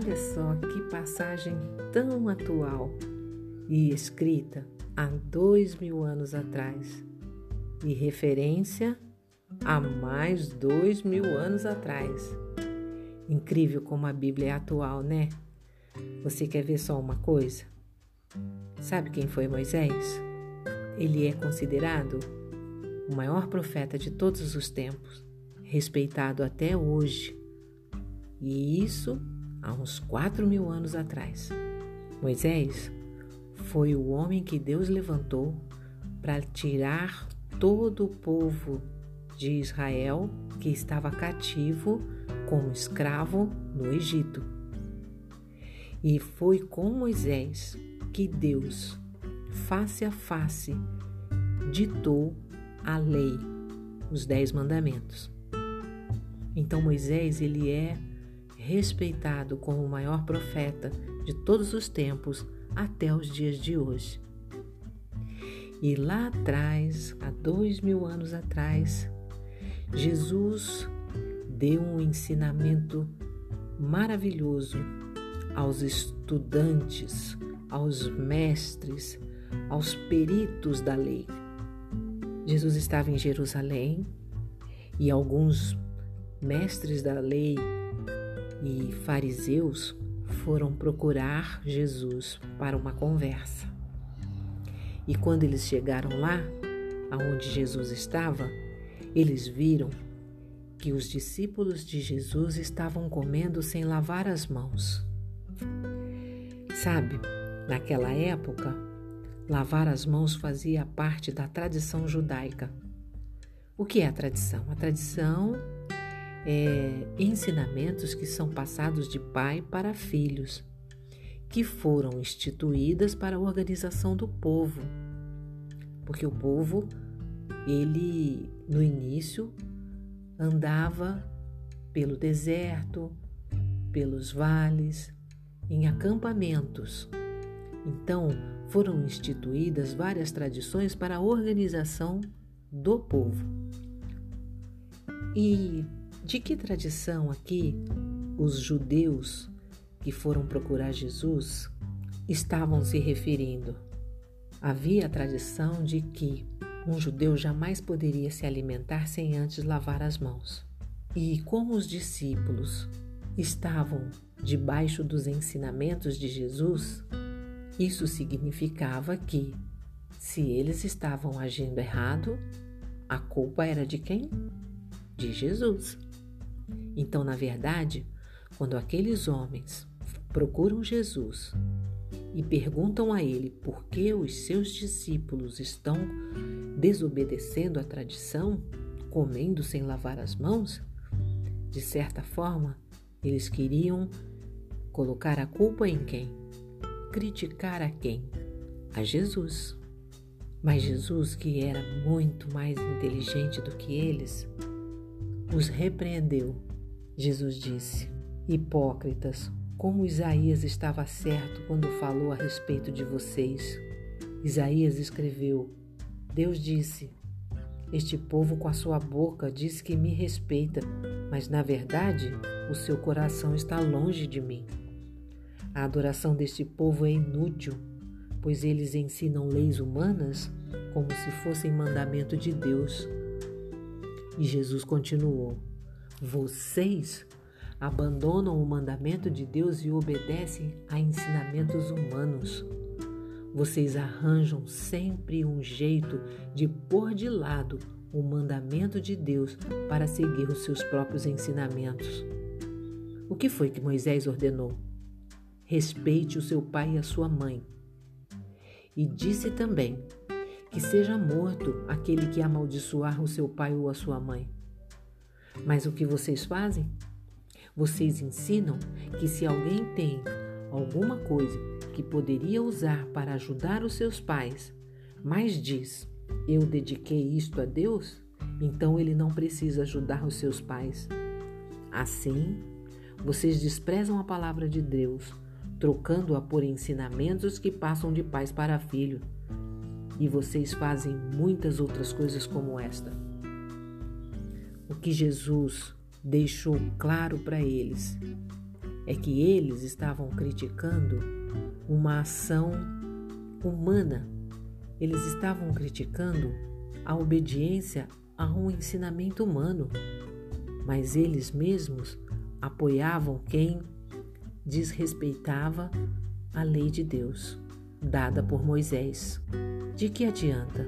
Olha só que passagem tão atual e escrita há 2000 anos atrás e referência a mais 2000 anos atrás. Incrível como a Bíblia é atual, né? Você quer ver só uma coisa? Sabe quem foi Moisés? Ele é considerado o maior profeta de todos os tempos, respeitado até hoje. E isso há uns 4000 anos atrás. Moisés foi o homem que Deus levantou para tirar todo o povo de Israel que estava cativo como escravo no Egito. E foi com Moisés que Deus, face a face, ditou a lei, os 10 mandamentos. Então Moisés, ele é respeitado como o maior profeta de todos os tempos até os dias de hoje. E lá atrás, há 2000 anos atrás, Jesus deu um ensinamento maravilhoso aos estudantes, aos mestres, aos peritos da lei. Jesus estava em Jerusalém e alguns mestres da lei e fariseus foram procurar Jesus para uma conversa. E quando eles chegaram lá, aonde Jesus estava, eles viram que os discípulos de Jesus estavam comendo sem lavar as mãos. Sabe, naquela época, lavar as mãos fazia parte da tradição judaica. O que é a tradição? A tradição ensinamentos que são passados de pai para filhos, que foram instituídas para a organização do povo. Porque o povo, ele no início andava pelo deserto, pelos vales, em acampamentos. Então, foram instituídas várias tradições para a organização do povo. E de que tradição aqui os judeus que foram procurar Jesus estavam se referindo? Havia a tradição de que um judeu jamais poderia se alimentar sem antes lavar as mãos. E como os discípulos estavam debaixo dos ensinamentos de Jesus, isso significava que, se eles estavam agindo errado, a culpa era de quem? De Jesus. Então, na verdade, quando aqueles homens procuram Jesus e perguntam a ele por que os seus discípulos estão desobedecendo a tradição, comendo sem lavar as mãos, de certa forma, eles queriam colocar a culpa em quem? Criticar a quem? A Jesus. Mas Jesus, que era muito mais inteligente do que eles, os repreendeu. Jesus disse: hipócritas, como Isaías estava certo quando falou a respeito de vocês. Isaías escreveu: Deus disse: este povo com a sua boca diz que me respeita, mas na verdade o seu coração está longe de mim. A adoração deste povo é inútil, pois eles ensinam leis humanas como se fossem mandamento de Deus. E Jesus continuou: vocês abandonam o mandamento de Deus e obedecem a ensinamentos humanos. Vocês arranjam sempre um jeito de pôr de lado o mandamento de Deus para seguir os seus próprios ensinamentos. O que foi que Moisés ordenou? Respeite o seu pai e a sua mãe. E disse também que seja morto aquele que amaldiçoar o seu pai ou a sua mãe. Mas o que vocês fazem? Vocês ensinam que se alguém tem alguma coisa que poderia usar para ajudar os seus pais, mas diz: eu dediquei isto a Deus, então ele não precisa ajudar os seus pais. Assim, vocês desprezam a palavra de Deus, trocando-a por ensinamentos que passam de pais para filho. E vocês fazem muitas outras coisas como esta. O que Jesus deixou claro para eles é que eles estavam criticando uma ação humana. Eles estavam criticando a obediência a um ensinamento humano, mas eles mesmos apoiavam quem desrespeitava a lei de Deus, dada por Moisés. De que adianta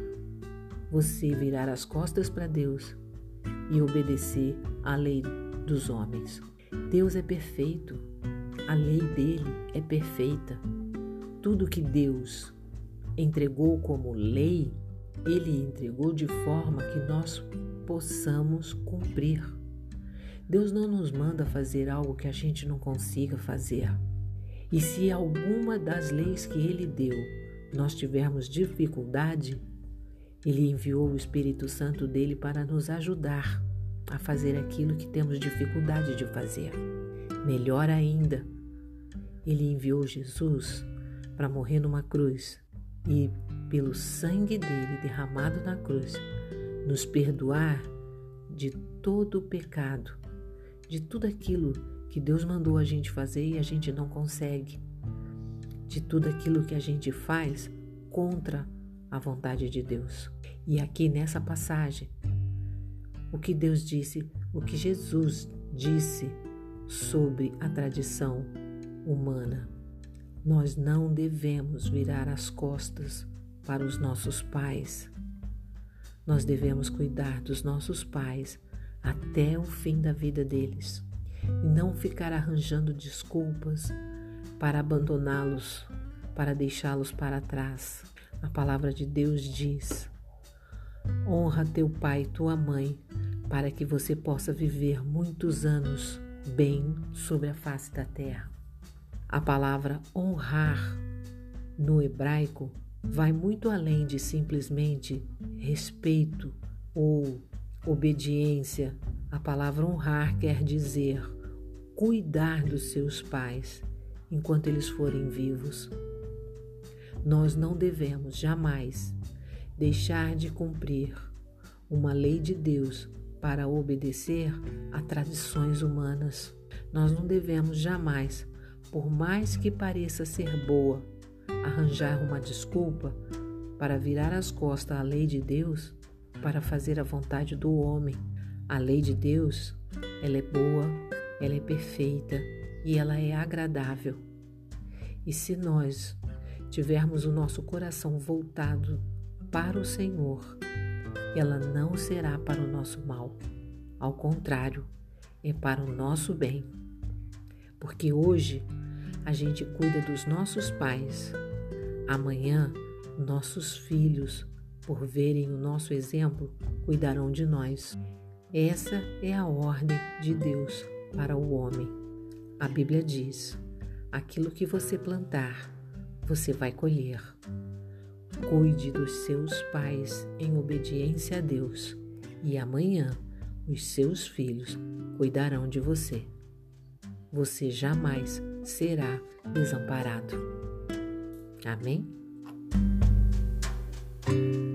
você virar as costas para Deus e obedecer à lei dos homens? Deus é perfeito, a lei dele é perfeita. Tudo que Deus entregou como lei, ele entregou de forma que nós possamos cumprir. Deus não nos manda fazer algo que a gente não consiga fazer. E se alguma das leis que ele deu nós tivermos dificuldade, ele enviou o Espírito Santo dele para nos ajudar a fazer aquilo que temos dificuldade de fazer. Melhor ainda, ele enviou Jesus para morrer numa cruz e, pelo sangue dele derramado na cruz, nos perdoar de todo o pecado, de tudo aquilo que Deus mandou a gente fazer e a gente não consegue, de tudo aquilo que a gente faz contra a vontade de Deus. E aqui nessa passagem, o que Deus disse, o que Jesus disse sobre a tradição humana. Nós não devemos virar as costas para os nossos pais. Nós devemos cuidar dos nossos pais até o fim da vida deles e não ficar arranjando desculpas para abandoná-los, para deixá-los para trás. A palavra de Deus diz: honra teu pai e tua mãe, para que você possa viver muitos anos bem sobre a face da terra. A palavra honrar no hebraico vai muito além de simplesmente respeito ou obediência. A palavra honrar quer dizer cuidar dos seus pais enquanto eles forem vivos. Nós não devemos jamais deixar de cumprir uma lei de Deus para obedecer a tradições humanas. Nós não devemos jamais, por mais que pareça ser boa, arranjar uma desculpa para virar as costas à lei de Deus para fazer a vontade do homem. A lei de Deus, ela é boa, ela é perfeita e ela é agradável. E se nós tivermos o nosso coração voltado para o Senhor, ela não será para o nosso mal. Ao contrário, é para o nosso bem. Porque hoje a gente cuida dos nossos pais. Amanhã, nossos filhos, por verem o nosso exemplo, cuidarão de nós. Essa é a ordem de Deus para o homem. A Bíblia diz: aquilo que você plantar, você vai colher. Cuide dos seus pais em obediência a Deus, e amanhã os seus filhos cuidarão de você. Você jamais será desamparado. Amém?